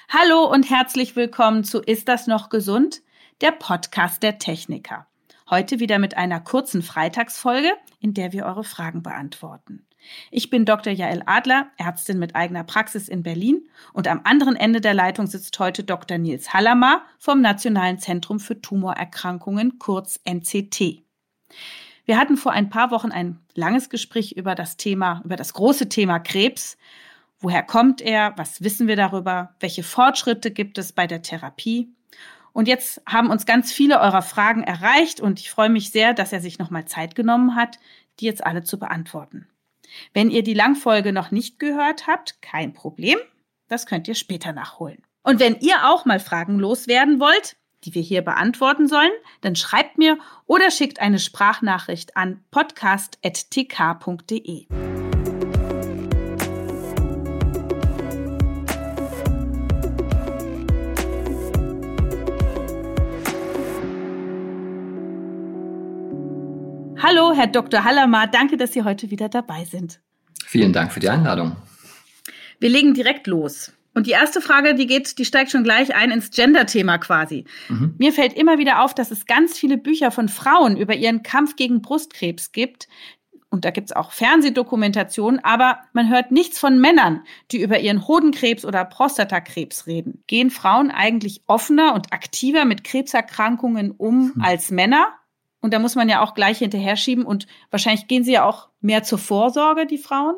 Hallo und herzlich willkommen zu Ist das noch gesund? Der Podcast der Techniker. Heute wieder mit einer kurzen Freitagsfolge, in der wir eure Fragen beantworten. Ich bin Dr. Jael Adler, Ärztin mit eigener Praxis in Berlin und am anderen Ende der Leitung sitzt heute Dr. Nils Hallermar vom Nationalen Zentrum für Tumorerkrankungen, kurz NCT. Wir hatten vor ein paar Wochen ein langes Gespräch über das große Thema Krebs. Woher kommt er? Was wissen wir darüber? Welche Fortschritte gibt es bei der Therapie? Und jetzt haben uns ganz viele eurer Fragen erreicht und ich freue mich sehr, dass er sich nochmal Zeit genommen hat, die jetzt alle zu beantworten. Wenn ihr die Langfolge noch nicht gehört habt, kein Problem, das könnt ihr später nachholen. Und wenn ihr auch mal Fragen loswerden wollt, die wir hier beantworten sollen, dann schreibt mir oder schickt eine Sprachnachricht an podcast@tk.de. Hallo, Herr Dr. Hallermar, danke, dass Sie heute wieder dabei sind. Vielen Dank für die Einladung. Wir legen direkt los. Und die erste Frage, die steigt schon gleich ein ins Gender-Thema quasi. Mir fällt immer wieder auf, dass es ganz viele Bücher von Frauen über ihren Kampf gegen Brustkrebs gibt. Und da gibt es auch Fernsehdokumentationen, aber man hört nichts von Männern, die über ihren Hodenkrebs oder Prostatakrebs reden. Gehen Frauen eigentlich offener und aktiver mit Krebserkrankungen um als Männer? Und da muss man ja auch gleich hinterher schieben und wahrscheinlich gehen sie ja auch mehr zur Vorsorge, die Frauen?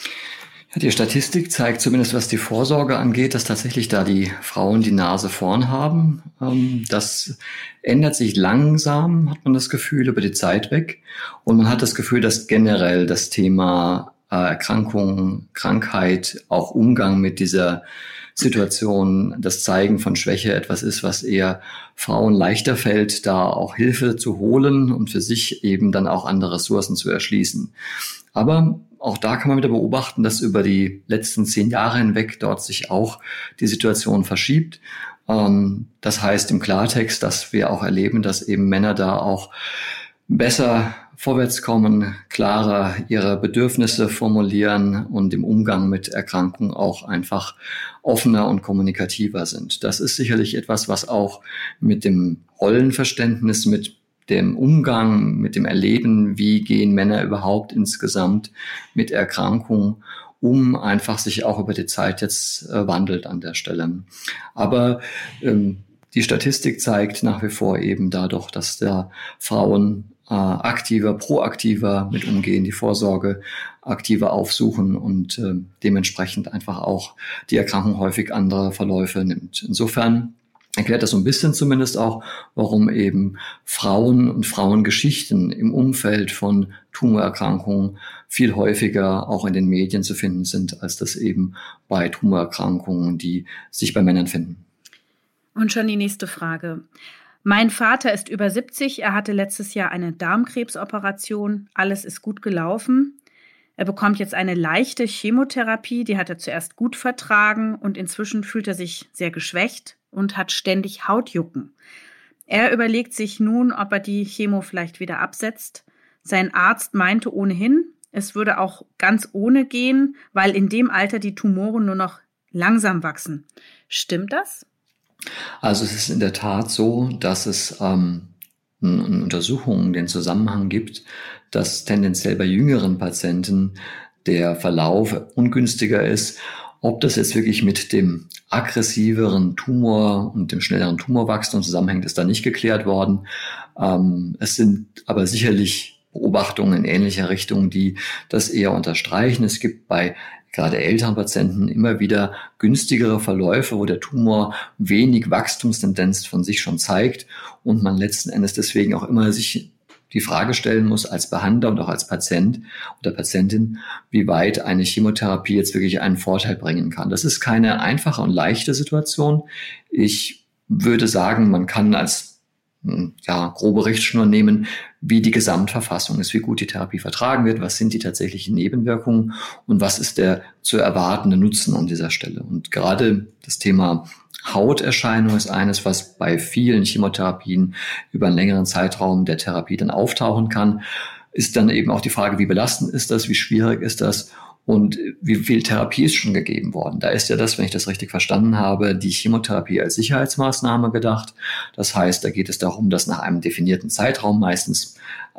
Ja, die Statistik zeigt zumindest, was die Vorsorge angeht, dass tatsächlich da die Frauen die Nase vorn haben. Das ändert sich langsam, hat man das Gefühl, über die Zeit weg. Und man hat das Gefühl, dass generell das Thema Erkrankung, Krankheit, auch Umgang mit dieser Situation, das Zeigen von Schwäche etwas ist, was eher Frauen leichter fällt, da auch Hilfe zu holen und für sich eben dann auch andere Ressourcen zu erschließen. Aber auch da kann man wieder beobachten, dass über die letzten 10 Jahre hinweg dort sich auch die Situation verschiebt. Das heißt im Klartext, dass wir auch erleben, dass eben Männer da auch besser vorwärts kommen, klarer ihre Bedürfnisse formulieren und im Umgang mit Erkrankungen auch einfach offener und kommunikativer sind. Das ist sicherlich etwas, was auch mit dem Rollenverständnis, mit dem Umgang, mit dem Erleben, wie gehen Männer überhaupt insgesamt mit Erkrankungen um, einfach sich auch über die Zeit jetzt wandelt an der Stelle. Aber die Statistik zeigt nach wie vor eben dadurch, dass da Frauen aktiver, proaktiver mit umgehen, die Vorsorge aktiver aufsuchen und dementsprechend einfach auch die Erkrankung häufig andere Verläufe nimmt. Insofern erklärt das so ein bisschen zumindest auch, warum eben Frauen und Frauengeschichten im Umfeld von Tumorerkrankungen viel häufiger auch in den Medien zu finden sind, als das eben bei Tumorerkrankungen, die sich bei Männern finden. Und schon die nächste Frage. Mein Vater ist über 70, er hatte letztes Jahr eine Darmkrebsoperation, alles ist gut gelaufen. Er bekommt jetzt eine leichte Chemotherapie, die hat er zuerst gut vertragen und inzwischen fühlt er sich sehr geschwächt und hat ständig Hautjucken. Er überlegt sich nun, ob er die Chemo vielleicht wieder absetzt. Sein Arzt meinte ohnehin, es würde auch ganz ohne gehen, weil in dem Alter die Tumoren nur noch langsam wachsen. Stimmt das? Also es ist in der Tat so, dass es in Untersuchungen den Zusammenhang gibt, dass tendenziell bei jüngeren Patienten der Verlauf ungünstiger ist. Ob das jetzt wirklich mit dem aggressiveren Tumor und dem schnelleren Tumorwachstum zusammenhängt, ist da nicht geklärt worden. Es sind aber sicherlich Beobachtungen in ähnlicher Richtung, die das eher unterstreichen. Es gibt bei gerade älteren Patienten immer wieder günstigere Verläufe, wo der Tumor wenig Wachstumstendenz von sich schon zeigt und man letzten Endes deswegen auch immer sich die Frage stellen muss als Behandler und auch als Patient oder Patientin, wie weit eine Chemotherapie jetzt wirklich einen Vorteil bringen kann. Das ist keine einfache und leichte Situation. Ich würde sagen, man kann als grobe Richtschnur nehmen, wie die Gesamtverfassung ist, wie gut die Therapie vertragen wird, was sind die tatsächlichen Nebenwirkungen und was ist der zu erwartende Nutzen an dieser Stelle. Und gerade das Thema Hauterscheinung ist eines, was bei vielen Chemotherapien über einen längeren Zeitraum der Therapie dann auftauchen kann. Ist dann eben auch die Frage, wie belastend ist das, wie schwierig ist das und wie viel Therapie ist schon gegeben worden. Da ist ja das, wenn ich das richtig verstanden habe, die Chemotherapie als Sicherheitsmaßnahme gedacht. Das heißt, da geht es darum, dass nach einem definierten Zeitraum, meistens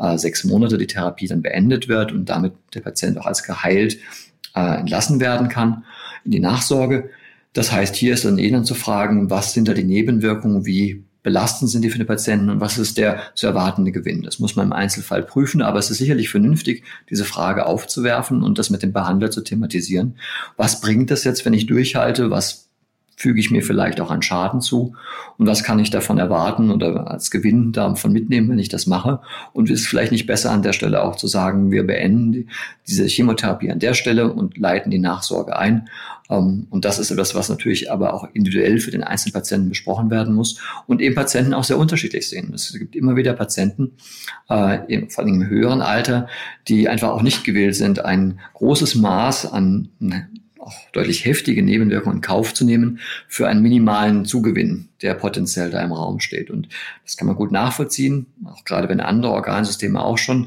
6 Monate, die Therapie dann beendet wird und damit der Patient auch als geheilt entlassen werden kann in die Nachsorge. Das heißt, hier ist dann dann zu fragen, was sind da die Nebenwirkungen, wie belastend sind die für den Patienten und was ist der zu erwartende Gewinn. Das muss man im Einzelfall prüfen, aber es ist sicherlich vernünftig, diese Frage aufzuwerfen und das mit dem Behandler zu thematisieren. Was bringt das jetzt, wenn ich durchhalte? Was füge ich mir vielleicht auch an Schaden zu? Und was kann ich davon erwarten oder als Gewinn davon mitnehmen, wenn ich das mache? Und ist es vielleicht nicht besser an der Stelle auch zu sagen, wir beenden diese Chemotherapie an der Stelle und leiten die Nachsorge ein? Und das ist etwas, was natürlich aber auch individuell für den einzelnen Patienten besprochen werden muss und eben Patienten auch sehr unterschiedlich sehen. Es gibt immer wieder Patienten, vor allem im höheren Alter, die einfach auch nicht gewillt sind, ein großes Maß an auch deutlich heftige Nebenwirkungen in Kauf zu nehmen für einen minimalen Zugewinn, der potenziell da im Raum steht. Und das kann man gut nachvollziehen, auch gerade wenn andere Organsysteme auch schon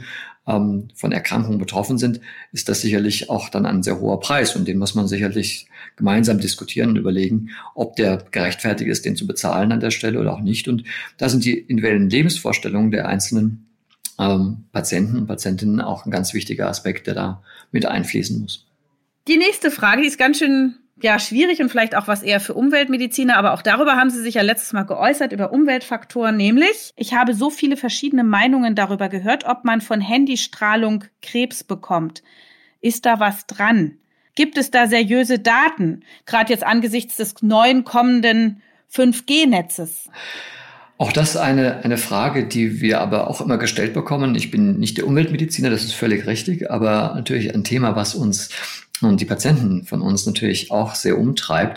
von Erkrankungen betroffen sind, ist das sicherlich auch dann ein sehr hoher Preis. Und den muss man sicherlich gemeinsam diskutieren und überlegen, ob der gerechtfertigt ist, den zu bezahlen an der Stelle oder auch nicht. Und da sind die individuellen Lebensvorstellungen der einzelnen Patienten und Patientinnen auch ein ganz wichtiger Aspekt, der da mit einfließen muss. Die nächste Frage, die ist ganz schön schwierig und vielleicht auch was eher für Umweltmediziner, aber auch darüber haben Sie sich ja letztes Mal geäußert, über Umweltfaktoren, nämlich, ich habe so viele verschiedene Meinungen darüber gehört, ob man von Handystrahlung Krebs bekommt. Ist da was dran? Gibt es da seriöse Daten, gerade jetzt angesichts des neuen kommenden 5G-Netzes? Auch das eine Frage, die wir aber auch immer gestellt bekommen. Ich bin nicht der Umweltmediziner, das ist völlig richtig, aber natürlich ein Thema, was uns und die Patienten von uns natürlich auch sehr umtreibt.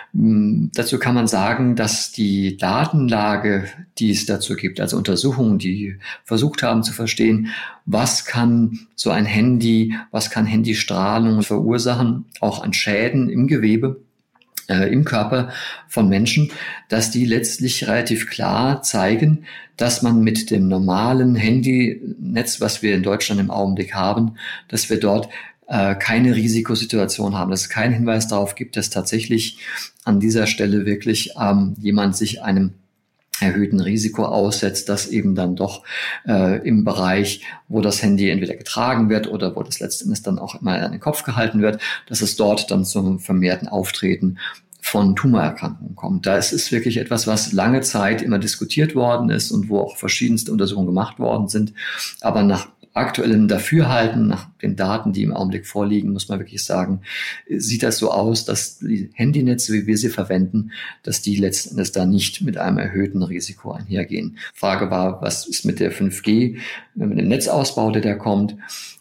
Dazu kann man sagen, dass die Datenlage, die es dazu gibt, also Untersuchungen, die versucht haben zu verstehen, was kann so ein Handy, was kann Handystrahlung verursachen, auch an Schäden im Gewebe, im Körper von Menschen, dass die letztlich relativ klar zeigen, dass man mit dem normalen Handynetz, was wir in Deutschland im Augenblick haben, dass wir dort keine Risikosituation haben, dass es keinen Hinweis darauf gibt, dass tatsächlich an dieser Stelle wirklich jemand sich einem erhöhten Risiko aussetzt, dass eben dann doch im Bereich, wo das Handy entweder getragen wird oder wo das letztendlich dann auch immer an den Kopf gehalten wird, dass es dort dann zum vermehrten Auftreten von Tumorerkrankungen kommt. Da ist es wirklich etwas, was lange Zeit immer diskutiert worden ist und wo auch verschiedenste Untersuchungen gemacht worden sind. Aber nach aktuellem Dafürhalten, nach den Daten, die im Augenblick vorliegen, muss man wirklich sagen, sieht das so aus, dass die Handynetze, wie wir sie verwenden, dass die letzten Endes da nicht mit einem erhöhten Risiko einhergehen. Frage war, was ist mit der 5G, mit dem Netzausbau, der da kommt?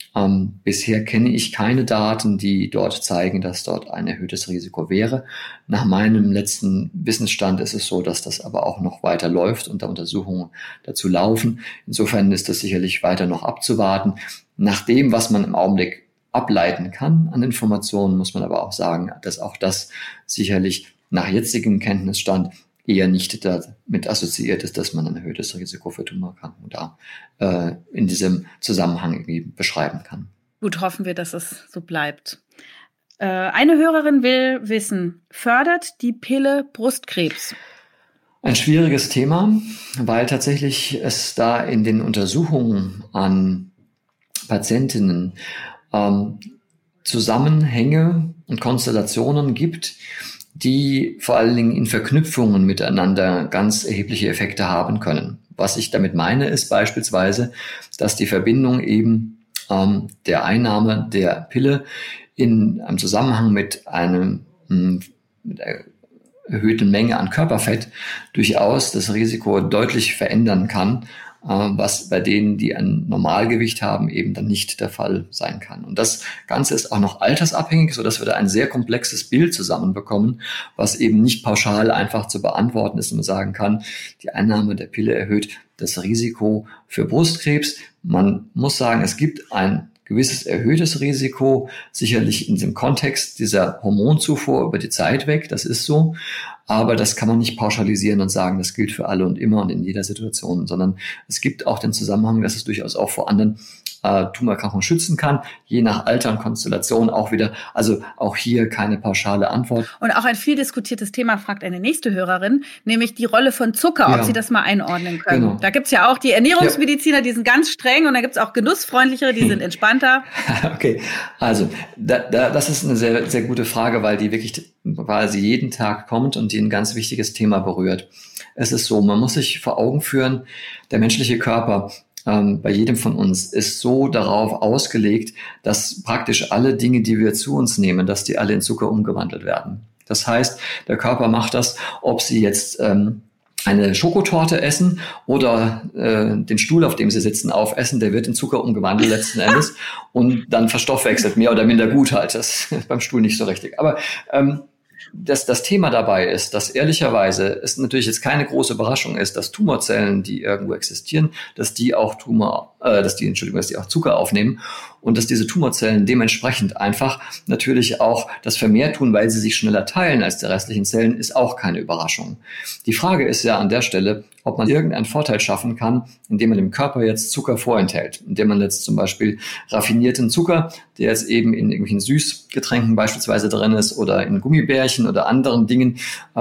Bisher kenne ich keine Daten, die dort zeigen, dass dort ein erhöhtes Risiko wäre. Nach meinem letzten Wissensstand ist es so, dass das aber auch noch weiter läuft und da Untersuchungen dazu laufen. Insofern ist das sicherlich weiter noch abzuwarten. Nach dem, was man im Augenblick ableiten kann an Informationen, muss man aber auch sagen, dass auch das sicherlich nach jetzigem Kenntnisstand eher nicht damit assoziiert ist, dass man ein erhöhtes Risiko für Tumorerkrankungen da in diesem Zusammenhang irgendwie beschreiben kann. Gut, hoffen wir, dass es so bleibt. Eine Hörerin will wissen, fördert die Pille Brustkrebs? Ein schwieriges Thema, weil tatsächlich es da in den Untersuchungen an Patientinnen Zusammenhänge und Konstellationen gibt, die vor allen Dingen in Verknüpfungen miteinander ganz erhebliche Effekte haben können. Was ich damit meine, ist beispielsweise, dass die Verbindung eben der Einnahme der Pille in einem Zusammenhang mit einer erhöhten Menge an Körperfett durchaus das Risiko deutlich verändern kann, was bei denen, die ein Normalgewicht haben, eben dann nicht der Fall sein kann. Und das Ganze ist auch noch altersabhängig, sodass wir da ein sehr komplexes Bild zusammenbekommen, was eben nicht pauschal einfach zu beantworten ist und man sagen kann, die Einnahme der Pille erhöht das Risiko für Brustkrebs. Man muss sagen, es gibt ein gewisses erhöhtes Risiko, sicherlich in diesem Kontext dieser Hormonzufuhr über die Zeit weg, das ist so, aber das kann man nicht pauschalisieren und sagen, das gilt für alle und immer und in jeder Situation, sondern es gibt auch den Zusammenhang, dass es durchaus auch vor anderen Tumorerkrankungen schützen kann, je nach Alter und Konstellation auch wieder. Also auch hier keine pauschale Antwort. Und auch ein viel diskutiertes Thema fragt eine nächste Hörerin, nämlich die Rolle von Zucker, ob Sie das mal einordnen können. Genau. Da gibt's ja auch die Ernährungsmediziner, die sind ganz streng, und da gibt's auch genussfreundlichere, die sind entspannter. Okay, also das ist eine sehr, sehr gute Frage, weil die wirklich quasi jeden Tag kommt und die ein ganz wichtiges Thema berührt. Es ist so, man muss sich vor Augen führen, der menschliche Körper bei jedem von uns ist so darauf ausgelegt, dass praktisch alle Dinge, die wir zu uns nehmen, dass die alle in Zucker umgewandelt werden. Das heißt, der Körper macht das, ob Sie jetzt eine Schokotorte essen oder den Stuhl, auf dem Sie sitzen, aufessen, der wird in Zucker umgewandelt letzten Endes und dann verstoffwechselt, mehr oder minder gut halt. Das ist beim Stuhl nicht so richtig. Aber das Thema dabei ist, dass ehrlicherweise es natürlich jetzt keine große Überraschung ist, dass Tumorzellen, die irgendwo existieren, dass die auch Zucker aufnehmen und dass diese Tumorzellen dementsprechend einfach natürlich auch das vermehrt tun, weil sie sich schneller teilen als die restlichen Zellen, ist auch keine Überraschung. Die Frage ist ja an der Stelle, ob man irgendeinen Vorteil schaffen kann, indem man dem Körper jetzt Zucker vorenthält, indem man jetzt zum Beispiel raffinierten Zucker, der jetzt eben in irgendwelchen Süßgetränken beispielsweise drin ist oder in Gummibärchen oder anderen Dingen,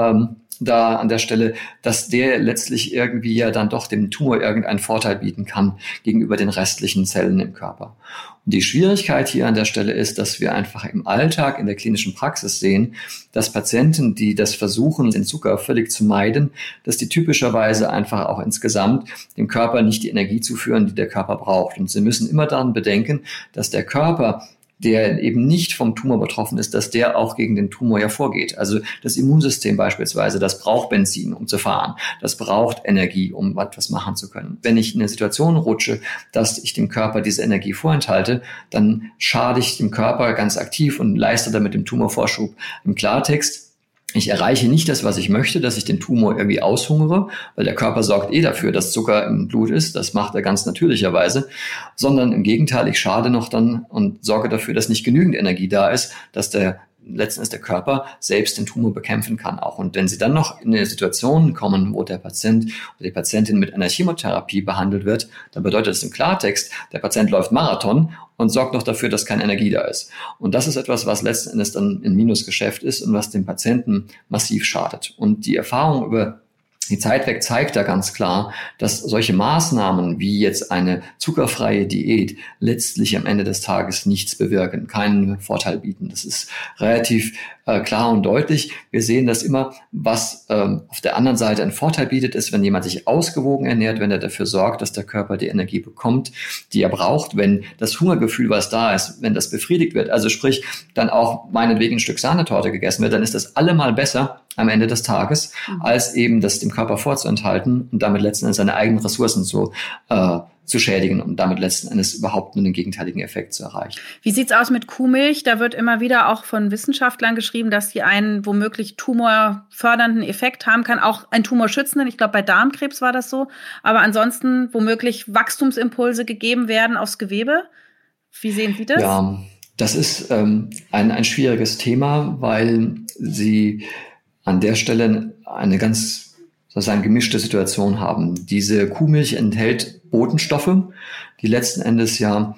da an der Stelle, dass der letztlich irgendwie ja dann doch dem Tumor irgendeinen Vorteil bieten kann gegenüber den restlichen Zellen im Körper. Und die Schwierigkeit hier an der Stelle ist, dass wir einfach im Alltag, in der klinischen Praxis sehen, dass Patienten, die das versuchen, den Zucker völlig zu meiden, dass die typischerweise einfach auch insgesamt dem Körper nicht die Energie zuführen, die der Körper braucht. Und sie müssen immer daran bedenken, dass der Körper, der eben nicht vom Tumor betroffen ist, dass der auch gegen den Tumor ja vorgeht. Also das Immunsystem beispielsweise, das braucht Benzin, um zu fahren. Das braucht Energie, um etwas machen zu können. Wenn ich in eine Situation rutsche, dass ich dem Körper diese Energie vorenthalte, dann schade ich dem Körper ganz aktiv und leiste damit dem Tumor Vorschub. Im Klartext: Ich erreiche nicht das, was ich möchte, dass ich den Tumor irgendwie aushungere, weil der Körper sorgt dafür, dass Zucker im Blut ist. Das macht er ganz natürlicherweise. Sondern im Gegenteil, ich schade noch dann und sorge dafür, dass nicht genügend Energie da ist, dass letztendlich der Körper selbst den Tumor bekämpfen kann auch. Und wenn Sie dann noch in eine Situation kommen, wo der Patient oder die Patientin mit einer Chemotherapie behandelt wird, dann bedeutet das im Klartext, der Patient läuft Marathon und sorgt noch dafür, dass keine Energie da ist. Und das ist etwas, was letzten Endes dann ein Minusgeschäft ist und was dem Patienten massiv schadet. Und die Erfahrung über die Zeit weg zeigt da ganz klar, dass solche Maßnahmen wie jetzt eine zuckerfreie Diät letztlich am Ende des Tages nichts bewirken, keinen Vorteil bieten. Das ist relativ klar und deutlich. Wir sehen das immer, was auf der anderen Seite einen Vorteil bietet, ist, wenn jemand sich ausgewogen ernährt, wenn er dafür sorgt, dass der Körper die Energie bekommt, die er braucht, wenn das Hungergefühl, was da ist, wenn das befriedigt wird, also sprich, dann auch meinetwegen ein Stück Sahnetorte gegessen wird, dann ist das allemal besser am Ende des Tages, als eben das dem Körper vorzuenthalten und damit letzten Endes seine eigenen Ressourcen zu schädigen und damit letzten Endes überhaupt nur den gegenteiligen Effekt zu erreichen. Wie sieht's aus mit Kuhmilch? Da wird immer wieder auch von Wissenschaftlern geschrieben, dass die einen womöglich tumorfördernden Effekt haben kann, auch einen tumorschützenden. Ich glaube, bei Darmkrebs war das so. Aber ansonsten womöglich Wachstumsimpulse gegeben werden aufs Gewebe. Wie sehen Sie das? Ja, das ist ein schwieriges Thema, weil Sie an der Stelle eine ganz sozusagen gemischte Situation haben. Diese Kuhmilch enthält Botenstoffe, die letzten Endes ja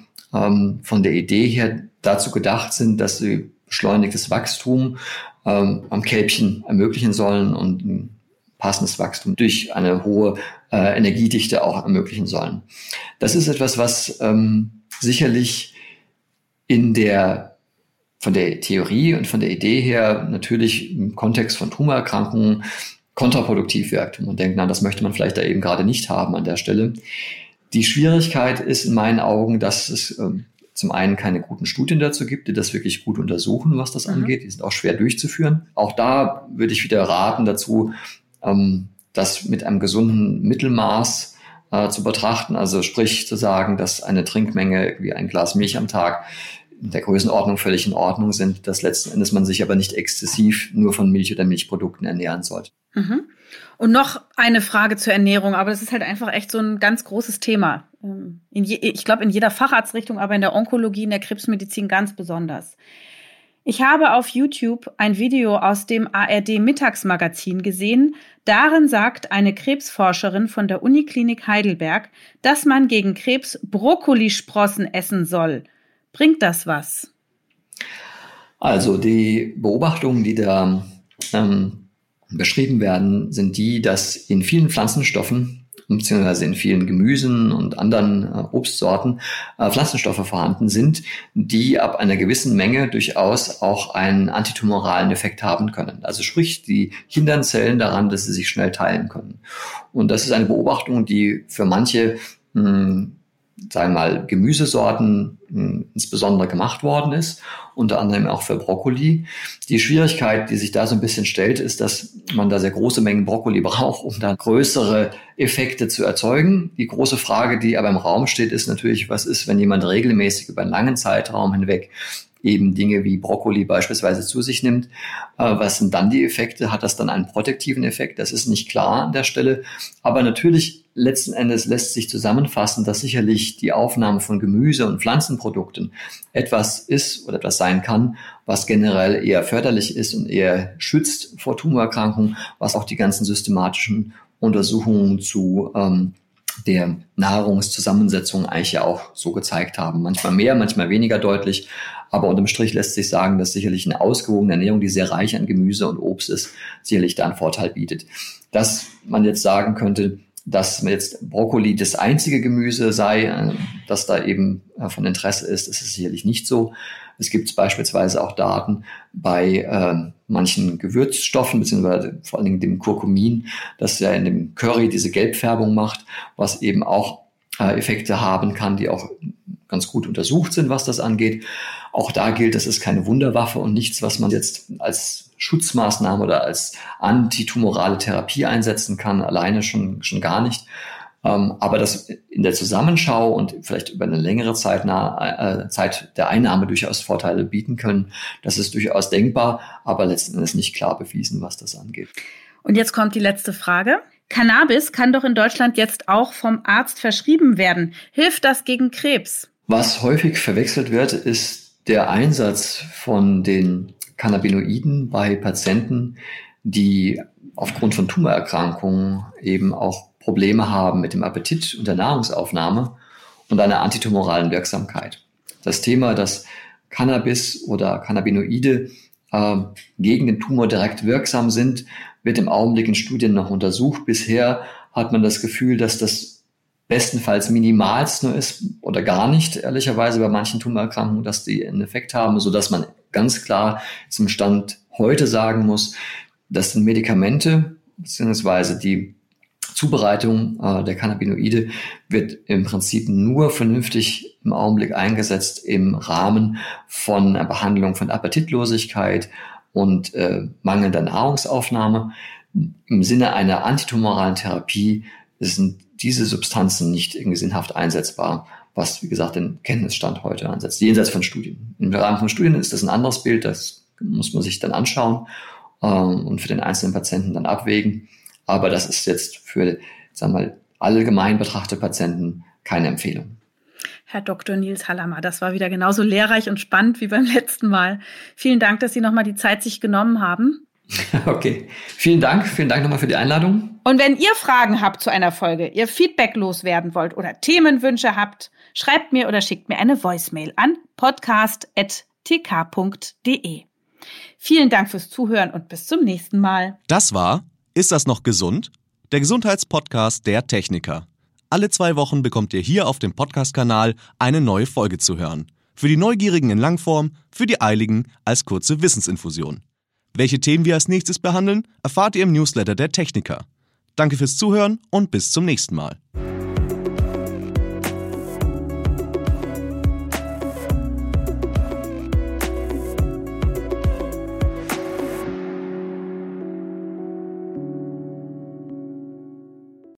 von der Idee her dazu gedacht sind, dass sie beschleunigtes Wachstum am Kälbchen ermöglichen sollen und ein passendes Wachstum durch eine hohe Energiedichte auch ermöglichen sollen. Das ist etwas, was sicherlich von der Theorie und von der Idee her natürlich im Kontext von Tumorerkrankungen kontraproduktiv wirkt. Und man denkt, das möchte man vielleicht da eben gerade nicht haben an der Stelle. Die Schwierigkeit ist in meinen Augen, dass es zum einen keine guten Studien dazu gibt, die das wirklich gut untersuchen, was das angeht. Die sind auch schwer durchzuführen. Auch da würde ich wieder raten dazu, das mit einem gesunden Mittelmaß zu betrachten. Also sprich zu sagen, dass eine Trinkmenge wie ein Glas Milch am Tag in der Größenordnung völlig in Ordnung sind, dass letzten Endes man sich aber nicht exzessiv nur von Milch oder Milchprodukten ernähren sollte. Mhm. Und noch eine Frage zur Ernährung, aber das ist halt einfach echt so ein ganz großes Thema. Ich glaube, in jeder Facharztrichtung, aber in der Onkologie, in der Krebsmedizin ganz besonders. Ich habe auf YouTube ein Video aus dem ARD-Mittagsmagazin gesehen. Darin sagt eine Krebsforscherin von der Uniklinik Heidelberg, dass man gegen Krebs Brokkolisprossen essen soll. Bringt das was? Also die Beobachtungen, die da beschrieben werden, sind die, dass in vielen Pflanzenstoffen beziehungsweise in vielen Gemüsen und anderen Obstsorten Pflanzenstoffe vorhanden sind, die ab einer gewissen Menge durchaus auch einen antitumoralen Effekt haben können. Also sprich, die hindern Zellen daran, dass sie sich schnell teilen können. Und das ist eine Beobachtung, die für manche sagen wir mal, Gemüsesorten insbesondere gemacht worden ist, unter anderem auch für Brokkoli. Die Schwierigkeit, die sich da so ein bisschen stellt, ist, dass man da sehr große Mengen Brokkoli braucht, um da größere Effekte zu erzeugen. Die große Frage, die aber im Raum steht, ist natürlich, was ist, wenn jemand regelmäßig über einen langen Zeitraum hinweg eben Dinge wie Brokkoli beispielsweise zu sich nimmt. Was sind dann die Effekte? Hat das dann einen protektiven Effekt? Das ist nicht klar an der Stelle. Aber natürlich letzten Endes lässt sich zusammenfassen, dass sicherlich die Aufnahme von Gemüse- und Pflanzenprodukten etwas ist oder etwas sein kann, was generell eher förderlich ist und eher schützt vor Tumorerkrankungen, was auch die ganzen systematischen Untersuchungen zu der Nahrungszusammensetzung eigentlich ja auch so gezeigt haben. Manchmal mehr, manchmal weniger deutlich. Aber unterm Strich lässt sich sagen, dass sicherlich eine ausgewogene Ernährung, die sehr reich an Gemüse und Obst ist, sicherlich da einen Vorteil bietet. Dass man jetzt sagen könnte, dass jetzt Brokkoli das einzige Gemüse sei, das da eben von Interesse ist, ist es sicherlich nicht so. Es gibt beispielsweise auch Daten bei manchen Gewürzstoffen, beziehungsweise vor allen Dingen dem Kurkumin, das ja in dem Curry diese Gelbfärbung macht, was eben auch Effekte haben kann, die auch ganz gut untersucht sind, was das angeht. Auch da gilt, das ist keine Wunderwaffe und nichts, was man jetzt als Schutzmaßnahme oder als antitumorale Therapie einsetzen kann, alleine schon gar nicht. Aber das in der Zusammenschau und vielleicht über eine längere Zeit der Einnahme durchaus Vorteile bieten können, das ist durchaus denkbar, aber letzten Endes nicht klar bewiesen, was das angeht. Und jetzt kommt die letzte Frage. Cannabis kann doch in Deutschland jetzt auch vom Arzt verschrieben werden. Hilft das gegen Krebs? Was häufig verwechselt wird, ist der Einsatz von den Cannabinoiden bei Patienten, die aufgrund von Tumorerkrankungen eben auch Probleme haben mit dem Appetit und der Nahrungsaufnahme und einer antitumoralen Wirksamkeit. Das Thema, dass Cannabis oder Cannabinoide gegen den Tumor direkt wirksam sind, wird im Augenblick in Studien noch untersucht. Bisher hat man das Gefühl, dass das bestenfalls minimalst nur ist oder gar nicht, ehrlicherweise bei manchen Tumorerkrankungen, dass die einen Effekt haben, sodass man ganz klar zum Stand heute sagen muss, dass die Medikamente bzw. die Zubereitung der Cannabinoide wird im Prinzip nur vernünftig im Augenblick eingesetzt im Rahmen von einer Behandlung von Appetitlosigkeit und mangelnder Nahrungsaufnahme. Im Sinne einer antitumoralen Therapie sind diese Substanzen nicht irgendwie sinnhaft einsetzbar, was, wie gesagt, den Kenntnisstand heute ansetzt, jenseits von Studien. Im Rahmen von Studien ist das ein anderes Bild, das muss man sich dann anschauen und für den einzelnen Patienten dann abwägen. Aber das ist jetzt für, sagen wir mal, allgemein betrachtete Patienten keine Empfehlung. Herr Dr. Nils Hallammer, das war wieder genauso lehrreich und spannend wie beim letzten Mal. Vielen Dank, dass Sie nochmal die Zeit sich genommen haben. Okay, vielen Dank nochmal für die Einladung. Und wenn ihr Fragen habt zu einer Folge, ihr Feedback loswerden wollt oder Themenwünsche habt, schreibt mir oder schickt mir eine Voicemail an podcast@tk.de. Vielen Dank fürs Zuhören und bis zum nächsten Mal. Das war Ist das noch gesund? Der Gesundheitspodcast der Techniker. Alle 2 Wochen bekommt ihr hier auf dem Podcast-Kanal eine neue Folge zu hören. Für die Neugierigen in Langform, für die Eiligen als kurze Wissensinfusion. Welche Themen wir als nächstes behandeln, erfahrt ihr im Newsletter der Techniker. Danke fürs Zuhören und bis zum nächsten Mal.